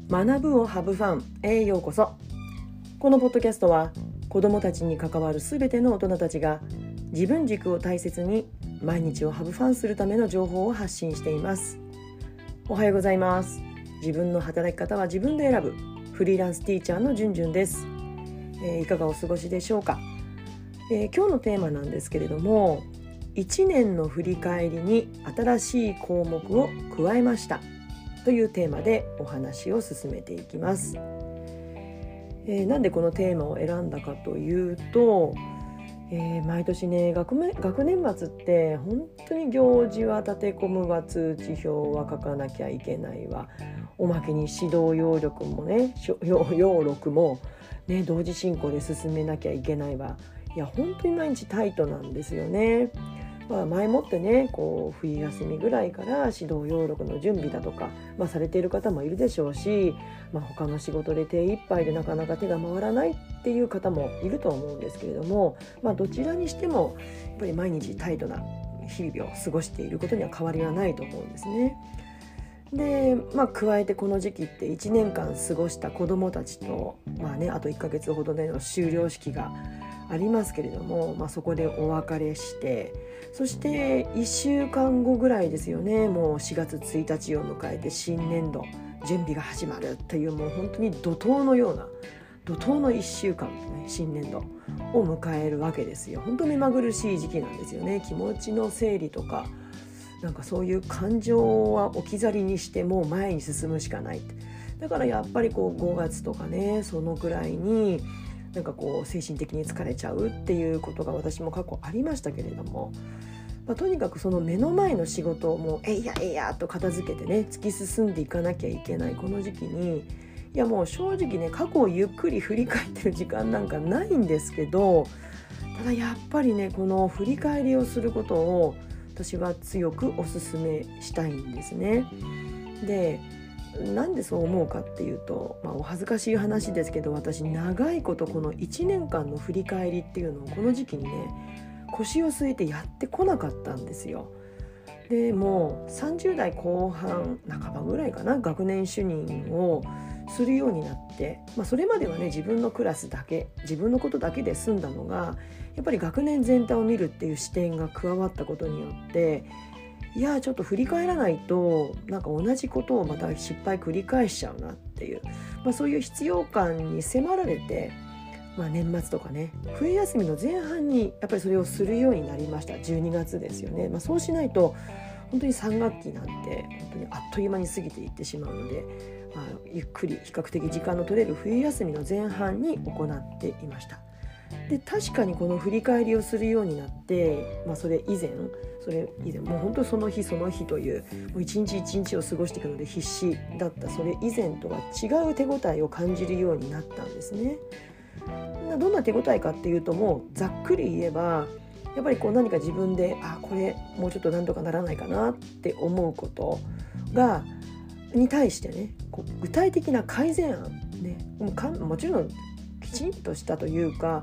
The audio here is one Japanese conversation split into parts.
学ぶをハブファンへようこそ。このポッドキャストは子どもたちに関わるすべての大人たちが自分軸を大切に毎日をハブファンするための情報を発信しています。おはようございます。自分の働き方は自分で選ぶフリーランスティーチャーのじゅんじゅんです。いかがお過ごしでしょうか。今日のテーマなんですけれども、1年の振り返りに新しい項目を加えましたというテーマでお話を進めていきます。なんでこのテーマを選んだかというと、毎年ね学年末って本当に行事は立て込むわ、通知表は書かなきゃいけないわ、おまけに指導要録もね同時進行で進めなきゃいけないわ。いや本当に毎日タイトなんですよね。前もってね冬休みぐらいから指導要録の準備だとか、されている方もいるでしょうし、他の仕事で手一杯でなかなか手が回らないっていう方もいると思うんですけれども、どちらにしてもやっぱり毎日タイトな日々を過ごしていることには変わりはないと思うんですね。で、加えてこの時期って1年間過ごした子どもたちと、あと1ヶ月ほどでの修了式がありますけれども、そこでお別れして、そして1週間後ぐらいですよね、もう4月1日を迎えて新年度準備が始まるという、もう本当に怒涛の1週間、新年度を迎えるわけですよ。本当に目まぐるしい時期なんですよね。気持ちの整理とかそういう感情は置き去りにしてもう前に進むしかない。だからやっぱり5月とかね、そのくらいに精神的に疲れちゃうっていうことが私も過去ありましたけれども、とにかくその目の前の仕事をもうえいやと片付けてね、突き進んでいかなきゃいけないこの時期に、もう正直ね、過去をゆっくり振り返ってる時間なんかないんですけど、ただやっぱりね、この振り返りをすることを私は強くお勧めしたいんですね。で、なんでそう思うかっていうと、お恥ずかしい話ですけど、私長いことこの1年間の振り返りっていうのをこの時期にね、腰を据えてやってこなかったんですよ。でもう30代後半半ばぐらいかな、学年主任をするようになって、それまではね、自分のクラスだけ、自分のことだけで済んだのが、やっぱり学年全体を見るっていう視点が加わったことによって、ちょっと振り返らないと同じことをまた失敗繰り返しちゃうなっていう、そういう必要感に迫られて、年末とかね、冬休みの前半にやっぱりそれをするようになりました。12月ですよね。そうしないと本当に3学期なんて本当にあっという間に過ぎていってしまうので、ゆっくり比較的時間の取れる冬休みの前半に行っていました。で、確かにこの振り返りをするようになって、それ以前もう本当にその日その日というもう一日一日を過ごしていくので必死だったそれ以前とは違う手応えを感じるようになったんですね。どんな手応えかっていうと、もうざっくり言えば、やっぱり何か自分でこれもうちょっとなんとかならないかなって思うことに対してね、具体的な改善案ね、もちろんきちんとしたというか、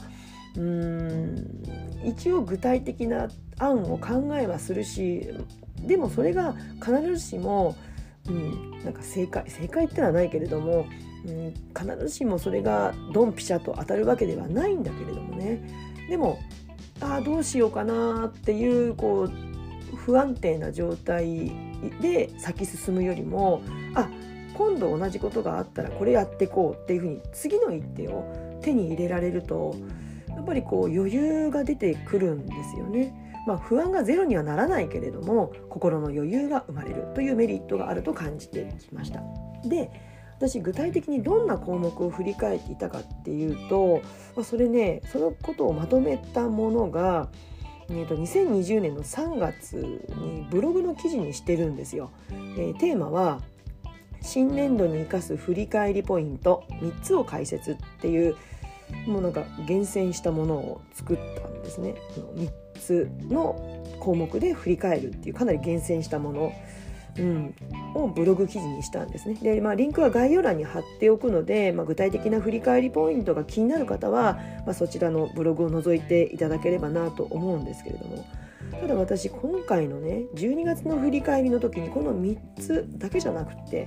一応具体的な案を考えはするし、でもそれが必ずしも、正解ってのはないけれども、必ずしもそれがドンピシャと当たるわけではないんだけれどもね、でもどうしようかなっていう不安定な状態で先進むよりも、今度同じことがあったらこれやってこうっていうふうに次の一手を手に入れられると、やっぱり余裕が出てくるんですよね。不安がゼロにはならないけれども、心の余裕が生まれるというメリットがあると感じてきました。で、私具体的にどんな項目を振り返っていたかっていうと、そのことをまとめたものが、2020年の3月にブログの記事にしてるんですよ。テーマは新年度に生かす振り返りポイント3つを解説っていう、もう厳選したものを作ったんですね。3つの項目で振り返るっていうかなり厳選したもの、をブログ記事にしたんですね。で、リンクは概要欄に貼っておくので、具体的な振り返りポイントが気になる方は、そちらのブログを覗いていただければなと思うんですけれども、ただ私今回のね12月の振り返りの時にこの3つだけじゃなくて、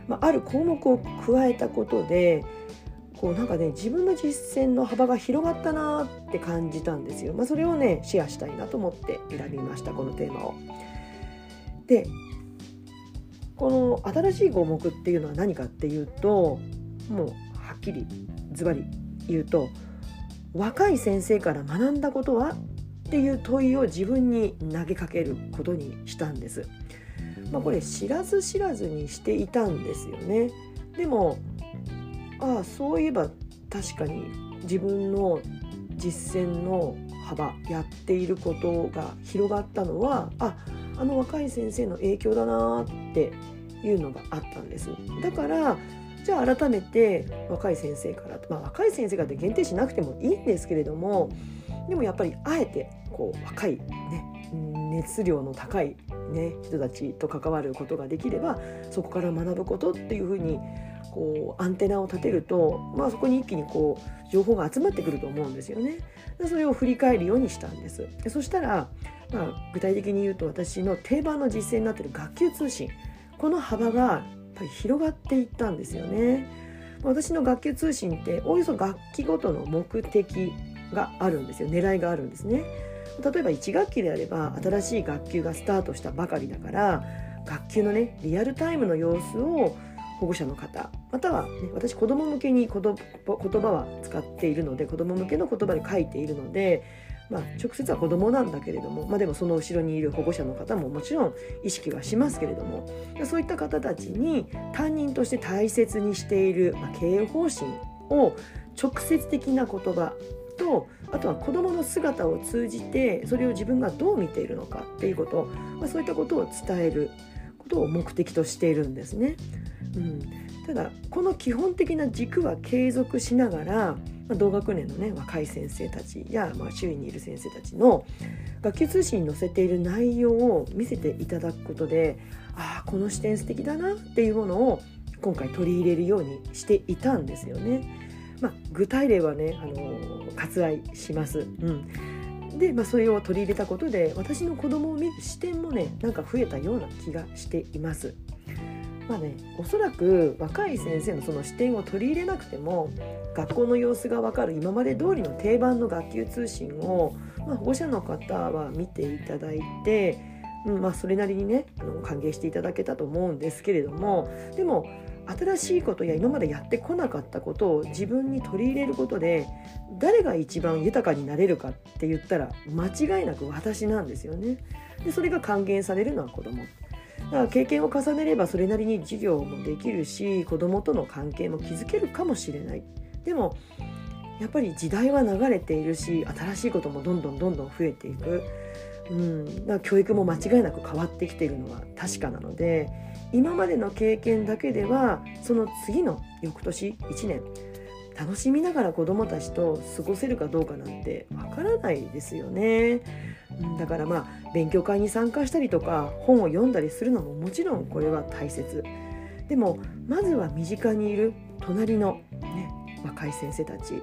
ある項目を加えたことでなんかね自分の実践の幅が広がったなって感じたんですよ。それをねシェアしたいなと思って選びました、このテーマを。でこの新しい項目っていうのは何かっていうと、もうはっきりズバリ言うと、若い先生から学んだことはっていう問いを自分に投げかけることにしたんです。これ知らず知らずにしていたんですよね。でもそういえば確かに自分の実践の幅、やっていることが広がったのはあの若い先生の影響だなっていうのがあったんです。だからじゃあ改めて若い先生から、若い先生からって限定しなくてもいいんですけれども、でもやっぱりあえて若い、熱量の高い、人たちと関わることができれば、そこから学ぶことっていうふうにアンテナを立てると、そこに一気に情報が集まってくると思うんですよね。それを振り返るようにしたんです。そしたら、具体的に言うと私の定番の実践になっている学級通信、この幅がやっぱり広がっていったんですよね。私の学級通信っておおよそ学期ごとの目的があるんですよ。狙いがあるんですね。例えば1学期であれば新しい学級がスタートしたばかりだから、学級のリアルタイムの様子を保護者の方、または、私子ども向けに言葉は使っているので、子ども向けの言葉で書いているので、直接は子どもなんだけれども、でもその後ろにいる保護者の方ももちろん意識はしますけれども、そういった方たちに担任として大切にしている、経営方針を直接的な言葉と、あとは子どもの姿を通じてそれを自分がどう見ているのかっていうこと、そういったことを伝えることを目的としているんですね。ただこの基本的な軸は継続しながら、同学年の若い先生たちや、周囲にいる先生たちの学級通信に載せている内容を見せていただくことで、この視点素敵だなっていうものを今回取り入れるようにしていたんですよね。具体例は割愛します。で、それを取り入れたことで私の子供を見る視点もなんか増えたような気がしています。おそらく若い先生のその視点を取り入れなくても学校の様子が分かる今まで通りの定番の学級通信を、保護者の方は見ていただいて、それなりに歓迎していただけたと思うんですけれども、でも新しいことや今までやってこなかったことを自分に取り入れることで誰が一番豊かになれるかって言ったら間違いなく私なんですよね。でそれが還元されるのは子供だから、経験を重ねればそれなりに授業もできるし子供との関係も築けるかもしれない。でもやっぱり時代は流れているし新しいこともどんどん増えていく。だから教育も間違いなく変わってきているのは確かなので、今までの経験だけではその次の翌年1年楽しみながら子どもたちと過ごせるかどうかなんてわからないですよね。だから勉強会に参加したりとか本を読んだりするのももちろんこれは大切。でもまずは身近にいる隣の、若い先生たち、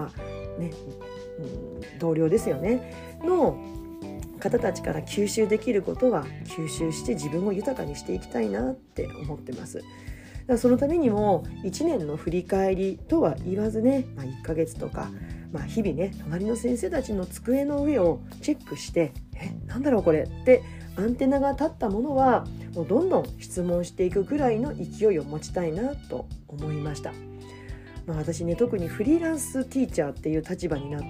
同僚ですよねの方たちから吸収できることは吸収して自分を豊かにしていきたいなって思ってます。だからそのためにも1年の振り返りとは言わず1ヶ月とか、日々隣の先生たちの机の上をチェックしてなんだろうこれってアンテナが立ったものはもうどんどん質問していくぐらいの勢いを持ちたいなと思いました。私特にフリーランスティーチャーっていう立場になって、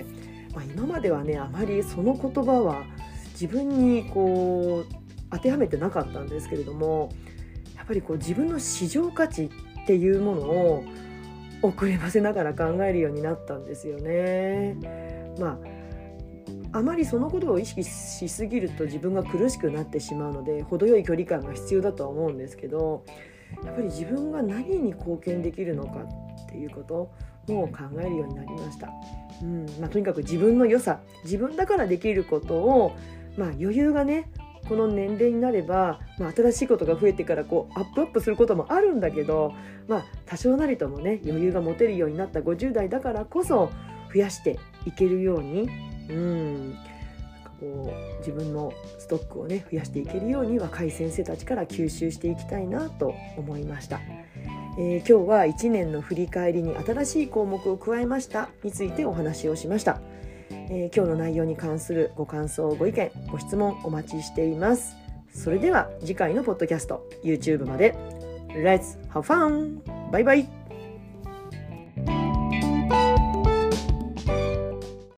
今まではあまりその言葉は自分に当てはめてなかったんですけれども、やっぱり自分の市場価値っていうものを遅ればせながら考えるようになったんですよね。あまりそのことを意識しすぎると自分が苦しくなってしまうので程よい距離感が必要だとは思うんですけど、やっぱり自分が何に貢献できるのかっていうことも考えるようになりました。とにかく自分の良さ、自分だからできることを、余裕がこの年齢になれば、新しいことが増えてからアップすることもあるんだけど、多少なりとも余裕が持てるようになった50代だからこそ増やしていけるように、 こう自分のストックをね増やしていけるように若い先生たちから吸収していきたいなと思いました。今日は1年の振り返りに新しい項目を加えましたについてお話をしました。今日の内容に関するご感想ご意見ご質問お待ちしています。それでは次回のポッドキャスト YouTube まで Let's have fun! バイバイ。